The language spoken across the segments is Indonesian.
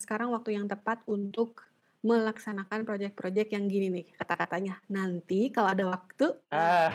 sekarang waktu yang tepat untuk melaksanakan proyek-proyek yang gini nih kata-katanya. Nanti kalau ada waktu. Ah,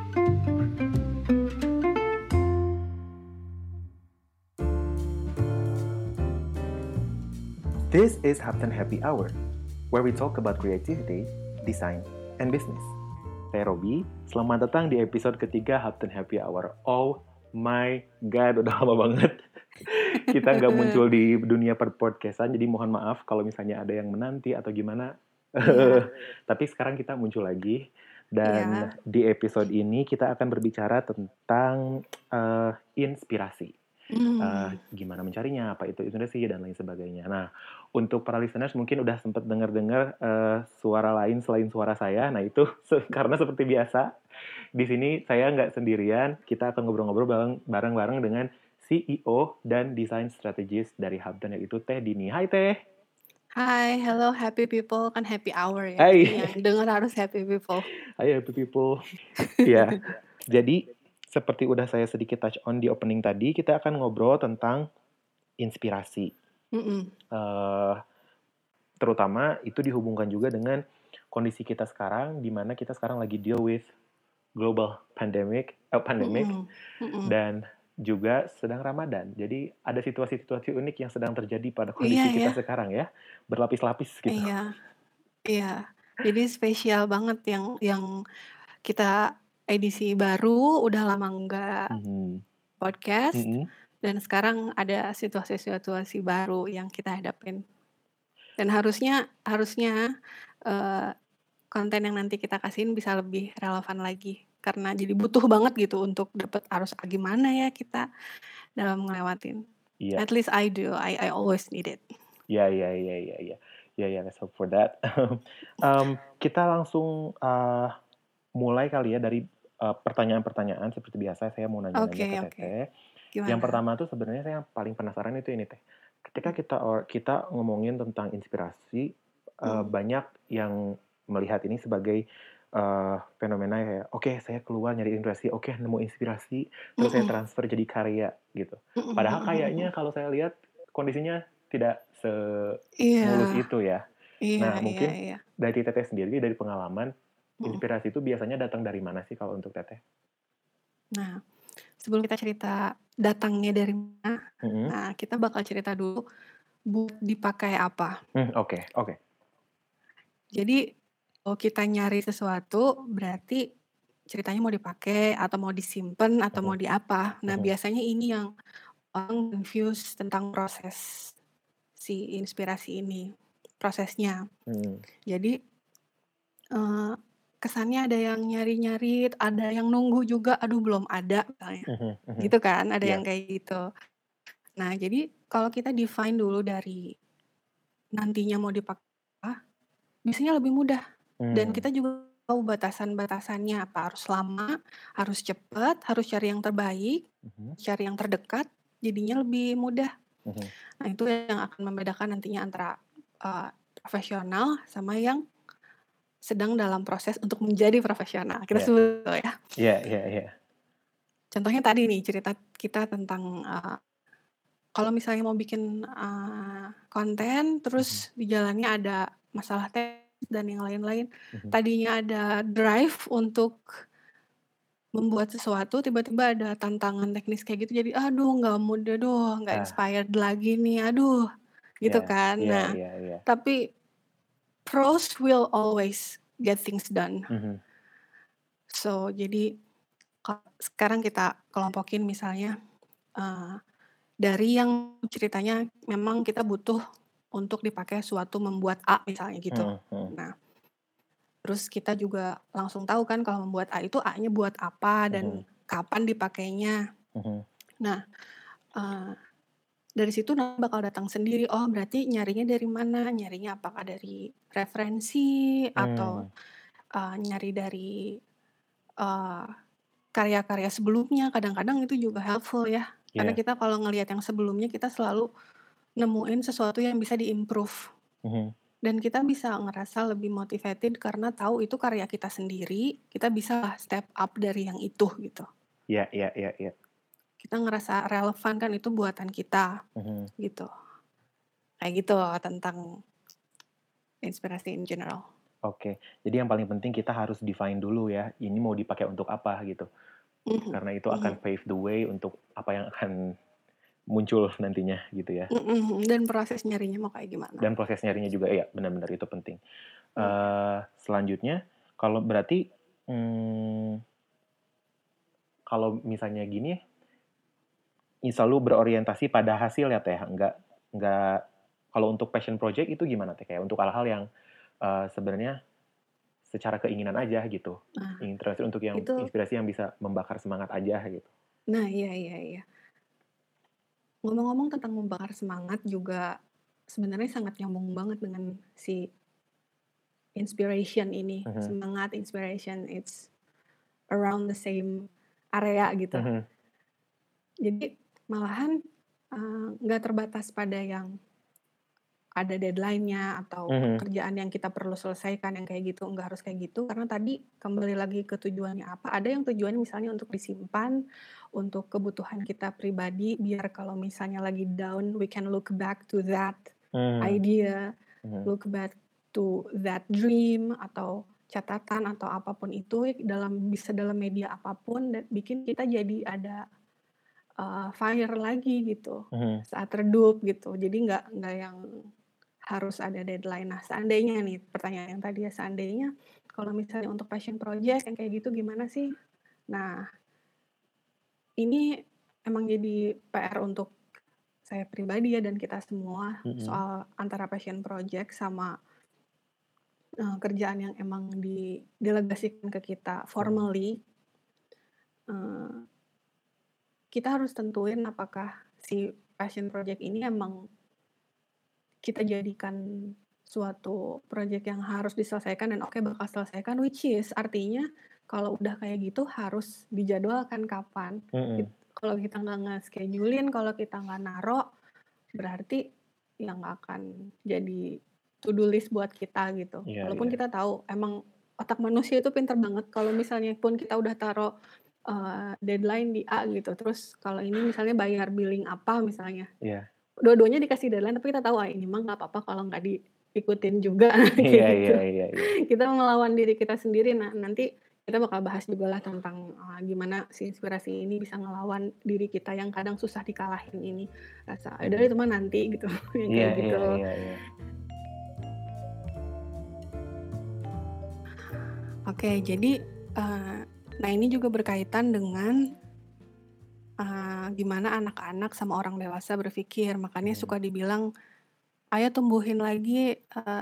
this is Hapten Happy Hour, where we talk about creativity, design, and business. Saya Robi, selamat datang di episode ketiga Hapten Happy Hour. Oh my God, udah lama banget kita nggak muncul di dunia podcastan, jadi mohon maaf kalau misalnya ada yang menanti atau gimana. Iya, Tapi sekarang kita muncul lagi, dan iya. di episode ini kita akan berbicara tentang inspirasi. Hmm, Gimana mencarinya, apa itu inspirasi, dan lain sebagainya. Nah, untuk para listeners mungkin udah sempat dengar-dengar suara lain selain suara saya. Nah, itu karena seperti biasa, di sini saya nggak sendirian. Kita akan ngobrol-ngobrol bareng-bareng dengan CEO dan Design Strategist dari Hubden, yaitu Teh Dini. Hai Teh! Hai, hello happy people, kan happy hour ya. Hai! Jadi yang denger harus happy people. Hai happy people! Ya, jadi seperti udah saya sedikit touch on di opening tadi, kita akan ngobrol tentang inspirasi. Mm-mm. Eh, Terutama itu dihubungkan juga dengan kondisi kita sekarang, di mana kita sekarang lagi deal with global pandemic, Mm-mm. Mm-mm. dan juga sedang Ramadan. Jadi ada situasi-situasi unik yang sedang terjadi pada Iya kondisi ya, kita sekarang ya, berlapis-lapis gitu. iya, iya. Jadi spesial banget yang kita edisi baru, udah lama nggak Mhm. podcast, Mhm. dan sekarang ada situasi-situasi baru yang kita hadapin. Dan harusnya eh, konten yang nanti kita kasihin bisa lebih relevan lagi karena jadi butuh banget gitu untuk dapat harus gimana ya kita dalam ngelewatin. Iya, At least I do. I always need it. iya, iya, iya, iya, iya. Ya, ya, let's hope for that. Kita langsung mulai kali ya dari pertanyaan-pertanyaan seperti biasa. Saya mau nanya-nanya ke Oke, oke. Teteh. Yang Gimana? pertama tuh sebenarnya saya paling penasaran itu ini Teh. Ketika kita ngomongin tentang inspirasi, Mm, banyak yang melihat ini sebagai fenomena kayak, oke saya keluar nyari inspirasi, oke nemu inspirasi, terus saya mm-mm, transfer jadi karya gitu. mm-mm, Padahal mm-mm, kayaknya mm-mm. kalau saya lihat kondisinya tidak Iya, semulus itu ya. iya, Nah iya, mungkin iya. dari Teteh sendiri, dari pengalaman, Mm-mm. inspirasi itu biasanya datang dari mana sih kalau untuk Teteh? Nah, sebelum kita cerita datangnya dari mana, Mhm. nah kita bakal cerita dulu buat dipakai apa. Oke, oke. Jadi kalau kita nyari sesuatu berarti ceritanya mau dipakai atau mau disimpan atau mau Mhm, di apa. Nah, mhm, biasanya ini yang orang confuse tentang proses si inspirasi ini, prosesnya. mhm, Jadi eh, kesannya ada yang nyari-nyari, ada yang nunggu juga, aduh belum ada misalnya. mhm, mhm. Gitu kan, ada yang Iya. kayak gitu. Nah, jadi kalau kita define dulu dari nantinya mau dipakai apa, biasanya lebih mudah. Dan Mmm, kita juga tahu batasan-batasannya apa, harus lama, harus cepat, harus cari yang terbaik, mhm, cari yang terdekat, jadinya lebih mudah. mhm. Nah, itu yang akan membedakan nantinya antara profesional sama yang sedang dalam proses untuk menjadi profesional. Kita Iya, sebut itu ya. iya, iya, iya. Contohnya tadi nih cerita kita tentang kalau misalnya mau bikin konten, Mhm, terus di jalannya ada masalah teknis dan yang lain-lain. mhm. Tadinya ada drive untuk membuat sesuatu, tiba-tiba ada tantangan teknis kayak gitu, jadi aduh nggak mood deh, aduh nggak Ah, inspired lagi nih, aduh gitu iya, kan. iya, Nah, iya, iya. tapi pros will always get things done. Mhm, So, jadi sekarang kita kelompokin misalnya dari yang ceritanya memang kita butuh untuk dipakai suatu membuat A misalnya gitu. mhm, mhm, Nah, terus kita juga langsung tahu kan kalau membuat A itu A-nya buat apa mhm, dan kapan dipakainya. mhm. Nah, eee, dari situ bakal datang sendiri, oh berarti nyarinya dari mana? Nyarinya apakah dari referensi atau, Mmm, nyari dari, eee, karya-karya sebelumnya, kadang-kadang itu juga helpful ya. Karena iya, kita kalau ngelihat yang sebelumnya kita selalu nemuin sesuatu yang bisa di-improve. mhm. Dan kita bisa ngerasa lebih motivated karena tahu itu karya kita sendiri, kita bisa step up dari yang itu gitu. Iya, iya, iya, iya. Kita ngerasa relevan kan itu buatan kita Mhm. gitu. Kayak gitu tentang inspirasi in general. Oke, jadi yang paling penting kita harus define dulu ya, ini mau dipakai untuk apa gitu. Mhm Karena itu akan mhm. pave the way untuk apa yang akan muncul nantinya gitu ya. Mhm, dan proses nyarinya mau kayak gimana. Dan proses nyarinya juga ya, benar-benar itu penting. Iya. Selanjutnya, kalau berarti, kalau misalnya gini, selalu berorientasi pada hasil ya Teh, nggak kalau untuk passion project itu gimana Teh? Kayak untuk hal-hal yang, sebenarnya secara keinginan aja gitu, Nah, inspirasi untuk yang itu inspirasi yang bisa membakar semangat aja gitu. nah, iya iya iya. Ngomong-ngomong tentang membakar semangat juga sebenarnya sangat nyambung banget dengan si inspiration ini. Mhm, Semangat, inspiration, it's around the same area gitu. mhm, Jadi malahan, nggak terbatas pada yang ada deadline-nya atau mhm, pekerjaan yang kita perlu selesaikan yang kayak gitu, nggak harus kayak gitu karena tadi kembali lagi ke tujuannya apa, ada yang tujuannya misalnya untuk disimpan, untuk kebutuhan kita pribadi biar kalau misalnya lagi down we can look back to that mmm, idea, mhm, look back to that dream atau catatan atau apapun itu bisa dalam media apapun dan bikin kita jadi ada, fire lagi gitu mhm, saat redup gitu. Jadi nggak yang harus ada deadline. Nah, seandainya nih, pertanyaan yang tadi ya, seandainya kalau misalnya untuk passion project yang kayak gitu gimana sih? Nah, ini emang jadi PR untuk saya pribadi ya dan kita semua mhm, soal antara passion project sama, kerjaan yang emang didelegasikan ke kita mhm, formally, eee, kita harus tentuin apakah si passion project ini emang kita jadikan suatu project yang harus diselesaikan dan oke bakal selesaikan, which is artinya kalau udah kayak gitu harus dijadwalkan kapan. mhm, Kalau kita nggak nge-schedule-in, kalau kita nggak naruh, berarti ya nggak akan jadi to do list buat kita gitu. iya Walaupun iya, kita tahu emang otak manusia itu pinter banget kalau misalnya pun kita udah taruh, deadline di A gitu, terus kalau ini misalnya bayar billing apa misalnya, iya, dua-duanya dikasih deadline tapi kita tahu, ah, ini mah nggak apa-apa kalau nggak diikutin juga, kayak iya gitu. iya iya iya, Kita melawan diri kita sendiri. Nah, nanti kita bakal bahas jugalah tentang, gimana si inspirasi ini bisa ngelawan diri kita yang kadang susah dikalahin ini. Rasa, "Ya udah mhm, itu mah nanti," gitu, yang iya kayak iya gitu. iya iya, Oke, jadi, nah ini juga berkaitan dengan, gimana anak-anak sama orang dewasa berpikir. Makanya mhm, suka dibilang, "Ayo tumbuhin lagi,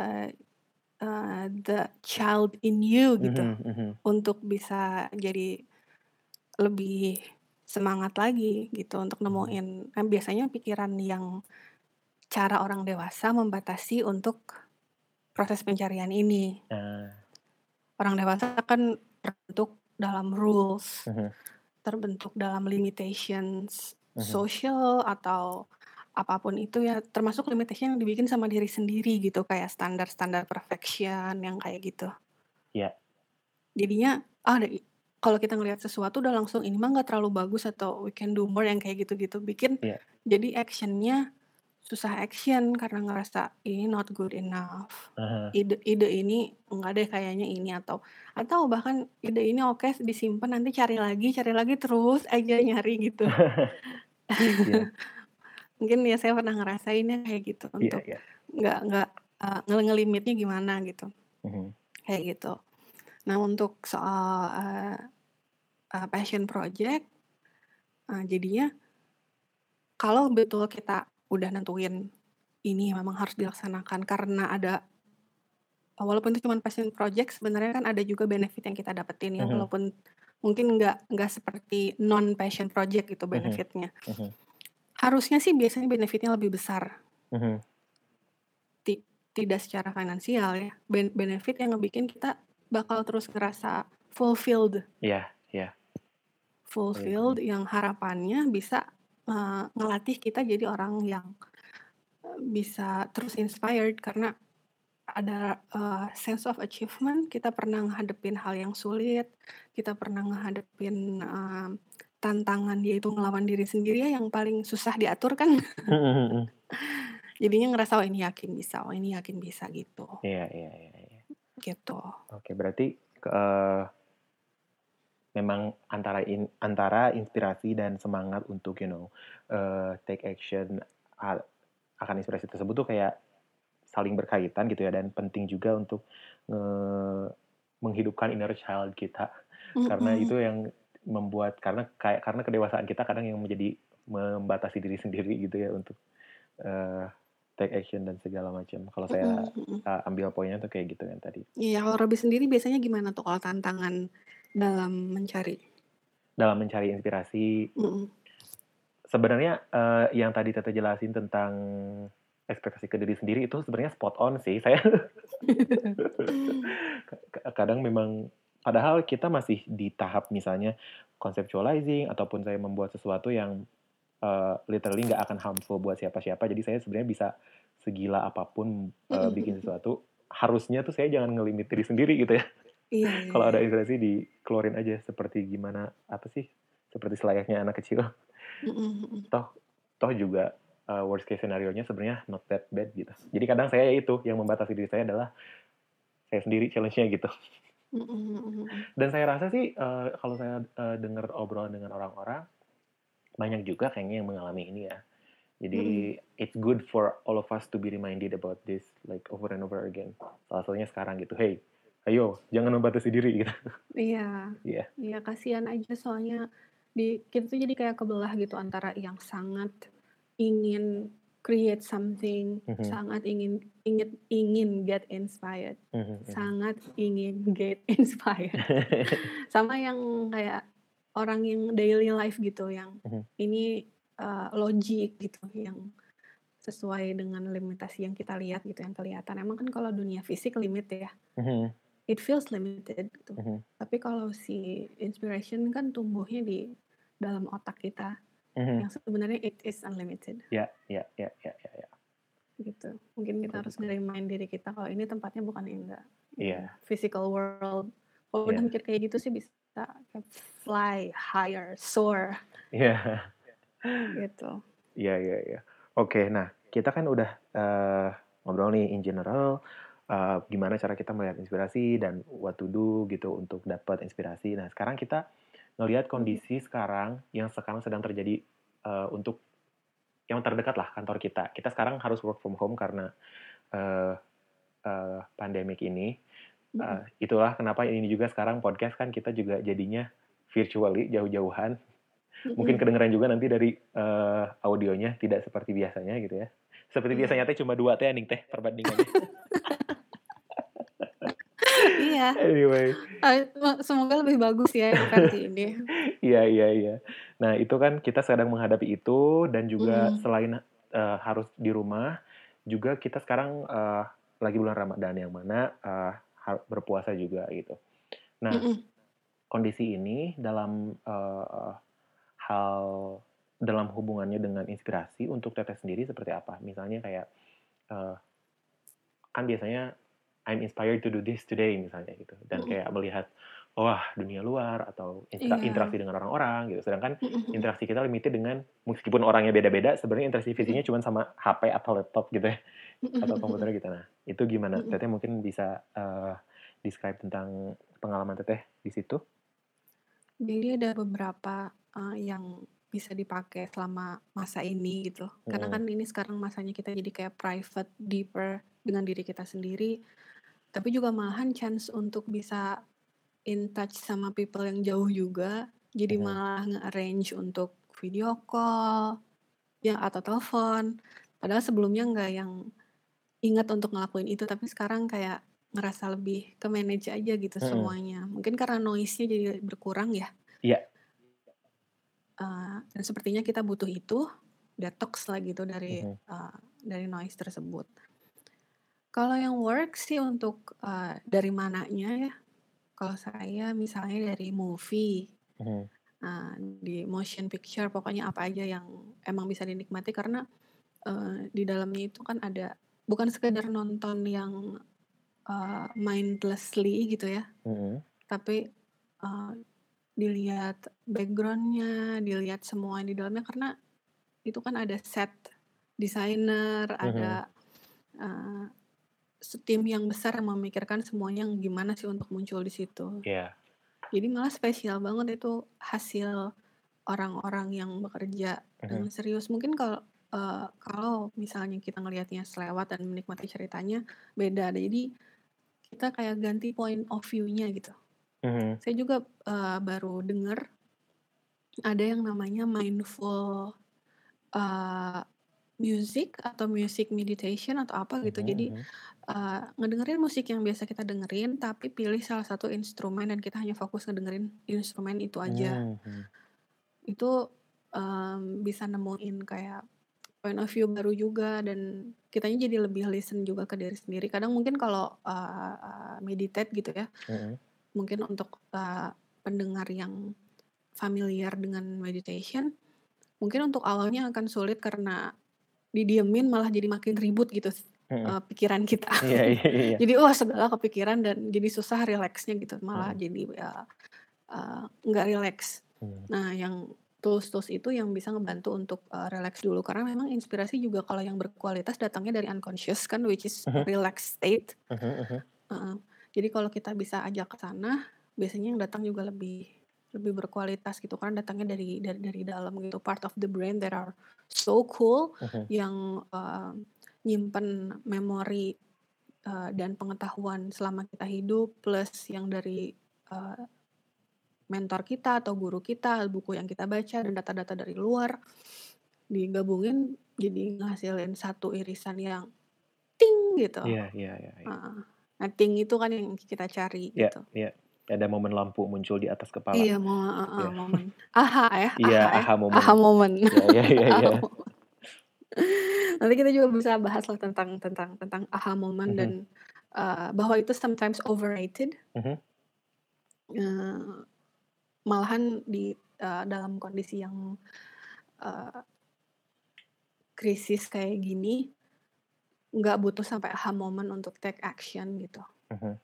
the child in you," gitu, mhm mhm, untuk bisa jadi lebih semangat lagi gitu untuk mhm, nemuin kan biasanya pikiran yang cara orang dewasa membatasi untuk proses pencarian ini. nah, Orang dewasa kan terbentuk dalam rules, mhm terbentuk dalam limitations mhm, social atau apapun itu ya, termasuk limitation yang dibikin sama diri sendiri gitu, kayak standar-standar perfection yang kayak gitu. iya, Jadinya, kalau kita ngelihat sesuatu udah langsung, "Ini mah nggak terlalu bagus," atau, "We can do more," yang kayak gitu-gitu, bikin iya, jadi action-nya susah action karena ngerasa, "Ini not good enough. ah hah, Ide ide ini enggak deh kayaknya ini," atau bahkan, "Ide ini oke disimpan, nanti cari lagi, terus aja nyari," gitu. iya Mungkin ya saya pernah ngerasainnya kayak gitu iya untuk iya, nggak, ngelimitnya gimana gitu, mhm kayak gitu. Nah untuk soal, passion project, jadinya kalau betul kita udah nentuin ini memang harus dilaksanakan karena ada walaupun itu cuman passion project sebenarnya kan ada juga benefit yang kita dapetin ya mhm walaupun mungkin nggak seperti non passion project gitu mhm benefitnya. mhm Harusnya sih biasanya benefitnya lebih besar, mhm, ti tidak secara finansial ya, benefit yang ngebikin kita bakal terus ngerasa fulfilled iya iya, saya fulfilled setuju, yang harapannya bisa, ngelatih kita jadi orang yang, bisa terus inspired karena ada, sense of achievement, kita pernah ngadepin hal yang sulit, kita pernah ngadepin, tantangan yaitu ngelawan diri sendiri ya yang paling susah diatur kan. mhm mhm, Jadinya ngerasa, "Oh ini yakin bisa, oh ini yakin bisa," gitu. Iya iya iya iya. Gitu. Oke, berarti, eee, memang antara inspirasi dan semangat untuk, take action a akan inspirasi tersebut tuh kayak saling berkaitan gitu ya, dan penting juga untuk nge menghidupkan inner child kita. Karena Mhm. itu yang karena kedewasaan kita kadang yang membatasi diri sendiri gitu ya untuk, eee, take action dan segala macam. Kalau saya, Mhm mhm. ambil poinnya tuh kayak gitu kan tadi. Iya, kalau Robby sendiri biasanya gimana tuh kalau tantangan dalam mencari? Dalam mencari inspirasi, Mhm. sebenarnya, yang tadi Teteh jelasin tentang ekspektasi ke diri sendiri itu sebenarnya spot on sih. Saya kadang memang padahal kita masih di tahap misalnya conceptualizing ataupun saya membuat sesuatu yang, literally nggak akan harmful buat siapa-siapa. Jadi saya sebenarnya bisa segila apapun, Mhm bikin mhm. sesuatu, harusnya tuh saya jangan ngelimit diri sendiri gitu ya. Iya iya Kalau iya. ada inspirasi dikeluarin aja seperti gimana, apa sih, seperti selayaknya anak kecil. Mhm mhm. Toh toh juga, worst case scenario-nya sebenarnya not that bad gitu. Jadi kadang saya itu, yang membatasi diri saya adalah saya sendiri challenge-nya gitu. Mhm mhm mhm. Dan saya rasa sih, kalau saya, dengar obrolan dengan orang-orang, banyak juga kayaknya yang mengalami ini ya. Mhm. Jadi, it's good for all of us to be reminded about this, like, over and over again. Salah satunya sekarang gitu, "Hey, ayo jangan membatasi diri," gitu. Iya. Iya. Iya, kasihan aja soalnya kita tuh jadi kayak kebelah gitu antara yang sangat ingin create something, Mhm, sangat ingin ingin ingin get inspired, mhm mhm. sangat ingin get inspired. Sama yang kayak orang yang daily life gitu, yang Mhm, ini, logik gitu, yang sesuai dengan limitasi yang kita lihat gitu, yang kelihatan. Emang kan kalau dunia fisik limit ya, mhm, it feels limited gitu. mhm, Tapi kalau si inspiration kan tumbuhnya di dalam otak kita, mhm. yang sebenarnya it is unlimited Ya ya ya ya ya ya. gitu. Mungkin kita Betul harus betul. nge-remind diri kita kalau ini tempatnya bukan in Iya physical world. Kalau udah iya mikir kayak gitu sih bisa kayak fly higher, soar iya. gitu. Iya iya iya. Oke, nah kita kan udah, ngobrol nih in general, gimana cara kita melihat inspirasi dan what to do gitu untuk dapat inspirasi. Nah sekarang kita ngelihat Mhm kondisi sekarang yang sekarang sedang terjadi, untuk yang terdekat lah kantor kita. Kita sekarang harus work from home karena, eee pandemik ini. mhm Itulah kenapa ini juga sekarang podcast kan kita juga jadinya virtually jauh-jauhan. Mungkin mhm. kedengeran juga nanti dari, audionya tidak seperti biasanya gitu ya. Seperti Iya. biasanya teh cuma 2 teh aning teh perbandingannya. Iya, Anyway, semoga lebih bagus ya yang versi ini. iya iya iya. Nah itu kan kita sedang menghadapi itu dan juga Mhm selain, harus di rumah, juga kita sekarang, lagi bulan Ramadan yang mana, berpuasa juga gitu. Nah, mhm. kondisi ini hal dalam hubungannya dengan inspirasi untuk Teteh sendiri seperti apa? Misalnya kayak, eee, kan biasanya I'm inspired to do this today misalnya gitu, dan Mhm. kayak melihat, wah dunia luar atau Iya. interaksi dengan orang-orang gitu. Sedangkan Mhm mhm. interaksi kita limited dengan meskipun orangnya beda-beda, sebenarnya interaksi Mhm. fisiknya cuma sama HP atau laptop gitu ya, Mhm atau mhm mhm. komputer gitu. Nah, itu gimana? Mhm. Teteh mungkin bisa, describe tentang pengalaman Teteh di situ? Jadi ada beberapa, yang bisa dipakai selama masa ini gitu. Karena Mhm, kan ini sekarang masanya kita jadi kayak private, deeper dengan diri kita sendiri, tapi juga malahan chance untuk bisa in touch sama people yang jauh juga. Jadi mhm, malah nge-arrange untuk video call, ya atau telepon. Padahal sebelumnya nggak yang ingat untuk ngelakuin itu, tapi sekarang kayak ngerasa lebih ke-manage aja gitu mhm. semuanya. Mungkin karena noise-nya jadi berkurang ya. Iya, Dan sepertinya kita butuh itu, detox lah gitu mhm, dari noise tersebut. Kalau yang work sih untuk, dari mananya ya, kalau saya misalnya dari movie, mhm, di motion picture, pokoknya apa aja yang emang bisa dinikmati karena, di dalamnya itu kan ada bukan sekedar nonton yang, mindlessly gitu ya, mhm. tapi, eee, dilihat background-nya, dilihat semua di dalamnya karena itu kan ada set. desainer, Mhm. ada, eee, tim yang besar yang memikirkan semuanya gimana sih untuk muncul di situ. Iya. Jadi malah spesial banget itu hasil orang-orang yang bekerja Mhm. dengan serius. Mungkin kalau misalnya kita ngelihatnya selewat dan menikmati ceritanya, beda. Jadi kita kayak ganti point of view-nya gitu. Mhm. Saya juga, baru dengar ada yang namanya mindful, eee, music atau music meditation atau apa gitu. Mhm Jadi, mhm. ngedengerin musik yang biasa kita dengerin, tapi pilih salah satu instrumen dan kita hanya fokus ngedengerin instrumen itu aja. Mhm. Itu, bisa nemuin kayak point of view baru juga dan kitanya jadi lebih listen juga ke diri sendiri. Kadang mungkin kalau, meditate gitu ya, Mhm. mungkin untuk, pendengar yang familiar dengan meditation, mungkin untuk awalnya akan sulit karena didiemin malah jadi makin ribut gitu Mhm. pikiran kita. Iya iya iya. Jadi, segala kepikiran dan jadi susah rileksnya gitu, malah Mhm. jadi, nggak rileks. Mhm. Nah, yang tools-tools itu yang bisa ngebantu untuk, rileks dulu, karena memang inspirasi juga kalau yang berkualitas datangnya dari unconscious kan, which is Mhm. relaxed state. Mhm mhm. Heeh. Jadi kalau kita bisa ajak ke sana, biasanya yang datang juga lebih lebih berkualitas gitu, karena datangnya dari dalam gitu, part of the brain that are so cool, Mhm. yang, nyimpen memori, dan pengetahuan selama kita hidup, plus yang dari, eee, mentor kita atau guru kita, buku yang kita baca dan data-data dari luar, digabungin jadi ngasilin satu irisan yang ting gitu. Iya iya iya iya. Heeh. Nah, ting itu kan yang kita cari Iya gitu. iya. Ada momen lampu muncul di atas kepala. Iya, heeh, Iya. momen aha ya, Iya, aha ya, aha moment. aha moment. Iya iya iya iya. Aha moment. Nanti kita juga bisa bahas lah tentang aha moment dan, Mhm. bahwa itu sometimes overrated, Mhm. eee, malahan dalam kondisi yang, eee, krisis kayak gini, nggak butuh sampai aha moment untuk take action gitu, Mhm.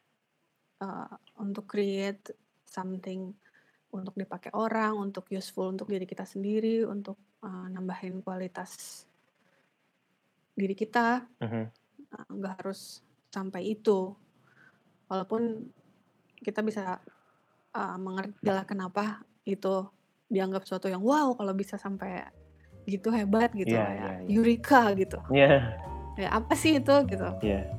untuk create something untuk dipakai orang, untuk useful untuk diri kita sendiri, untuk, nambahin kualitas diri kita, Mhm. nggak harus sampai itu. Walaupun kita bisa, mengertilah kenapa itu dianggap suatu yang, wow kalau bisa sampai gitu hebat gitu, Iya iya kayak iya. eureka gitu. Iya. Ya apa sih itu gitu. Iya.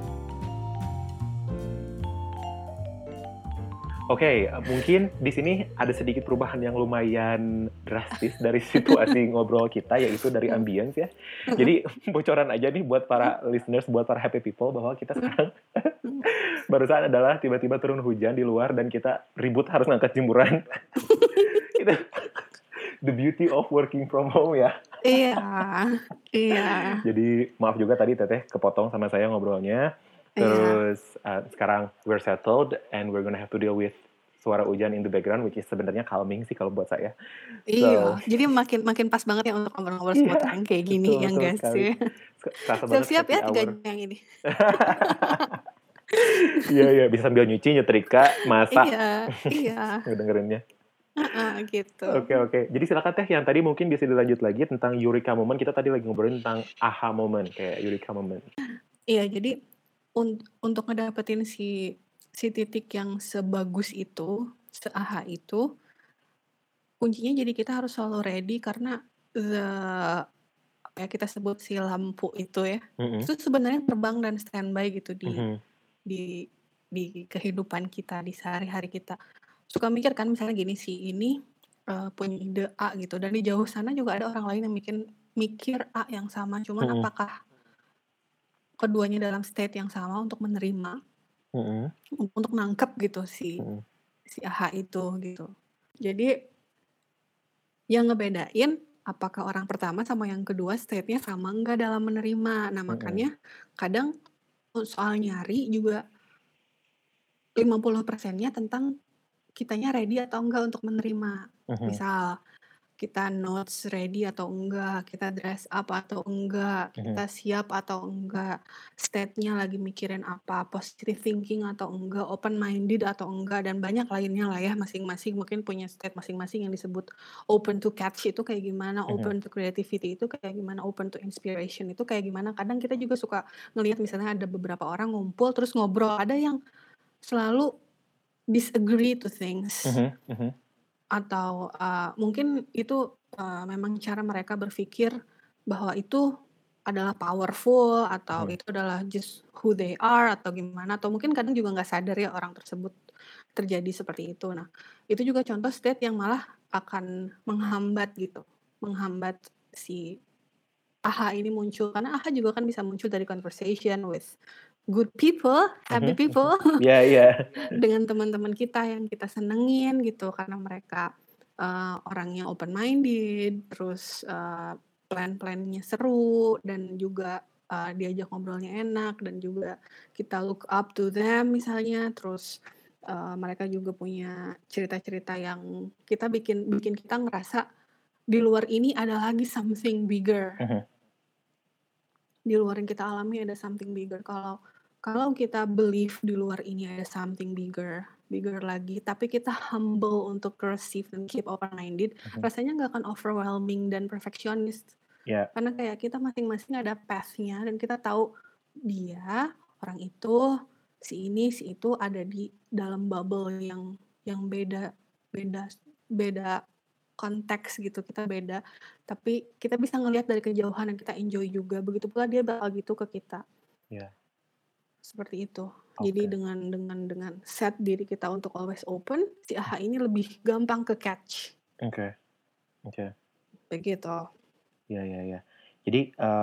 Oke, mungkin di sini ada sedikit perubahan yang lumayan drastis dari situasi ngobrol kita, yaitu dari Mhm, ambience ya. heeh, Jadi bocoran aja nih buat mhm, para listeners, buat para happy people bahwa kita mhm, sekarang mhm. barusan adalah tiba-tiba turun hujan di luar dan kita ribut harus ngangkat jemuran. Itu the beauty of working from home ya. Iya, iya, Jadi maaf juga tadi Teteh kepotong sama saya ngobrolnya. iya, Terus sekarang we're settled and we're gonna have to deal with suara hujan in the background, which is sebenarnya calming sih kalau buat saya. iya. So, Jadi makin makin pas banget ya untuk ngobrol-ngobrol seputar iya, yang kayak gini, ya betul enggak sekali. sih? Kerasa banget Siap-siap happy ya 3 hour. jam yang ini. Iya, iya, bisa sambil nyuci, nyetrika, masak, Iya, iya, ngedengerinnya. heeh, gitu. Oke, oke. Jadi silakan Teh, yang tadi mungkin bisa dilanjut lagi tentang Eureka Moment. Kita tadi lagi ngobrolin tentang aha moment, kayak Eureka Moment. Iya, jadi untuk ngedapetin si titik yang sebagus itu, se-aha itu, kuncinya jadi kita harus selalu ready karena apa ya, kita sebut si lampu itu ya, Mhm, itu sebenarnya terbang dan standby gitu mhm, di di kehidupan kita, di sehari-hari kita. Suka mikir kan misalnya gini, si ini, punya ide A gitu dan di jauh sana juga ada orang lain yang mikir A yang sama, cuman mhm, apakah keduanya dalam state yang sama untuk menerima, mhm, untuk nangkep gitu si mhm, si aha itu gitu. Jadi yang ngebedain apakah orang pertama sama yang kedua state-nya sama enggak dalam menerima. Nah, mhm, makanya kadang soal nyari juga 50%-nya tentang kitanya ready atau enggak untuk menerima. mhm, Misal kita notes ready atau enggak, kita dress up atau enggak, Mhm. kita siap atau enggak, state-nya lagi mikirin apa, positive thinking atau enggak, open minded atau enggak, dan banyak lainnya lah ya, masing-masing mungkin punya state masing-masing yang disebut open to catch itu kayak gimana, Mhm. open to creativity itu kayak gimana, open to inspiration itu kayak gimana. Kadang kita juga suka ngelihat misalnya ada beberapa orang ngumpul terus ngobrol, ada yang selalu disagree to things. Mhm. Mhm. Atau, mungkin itu, memang cara mereka berpikir bahwa itu adalah powerful atau Mhm. itu adalah just who they are atau gimana, atau mungkin kadang juga nggak sadar ya orang tersebut terjadi seperti itu. Nah, itu juga contoh state yang malah akan menghambat gitu, menghambat si aha ini muncul, karena aha juga kan bisa muncul dari conversation with good people, Mhm. happy Mhm. people. Iya, iya. Dengan teman-teman kita yang kita senengin gitu karena mereka, orangnya open minded, terus, plan-plan-nya seru dan juga, diajak ngobrolnya enak dan juga kita look up to them misalnya, terus, mereka juga punya cerita-cerita yang kita bikin bikin kita ngerasa di luar ini ada lagi something bigger. Mhm. Di luar yang kita alami ada something bigger. Kalau kita believe di luar ini ada something bigger, bigger lagi, tapi kita humble untuk receive dan keep open minded, Mhm. rasanya nggak akan overwhelming dan perfectionist. Iya. Karena kayak kita masing-masing ada path-nya dan kita tahu dia, orang itu, si ini, si itu ada di dalam bubble yang beda beda beda konteks gitu, kita beda. Tapi kita bisa ngelihat dari kejauhan dan kita enjoy juga. Begitu pula dia bakal gitu ke kita. Iya. Seperti itu. Jadi Oke. dengan set diri kita untuk always open, si aha ini lebih gampang ke catch. Oke. Oke. Begitu. Iya, iya, iya. Jadi,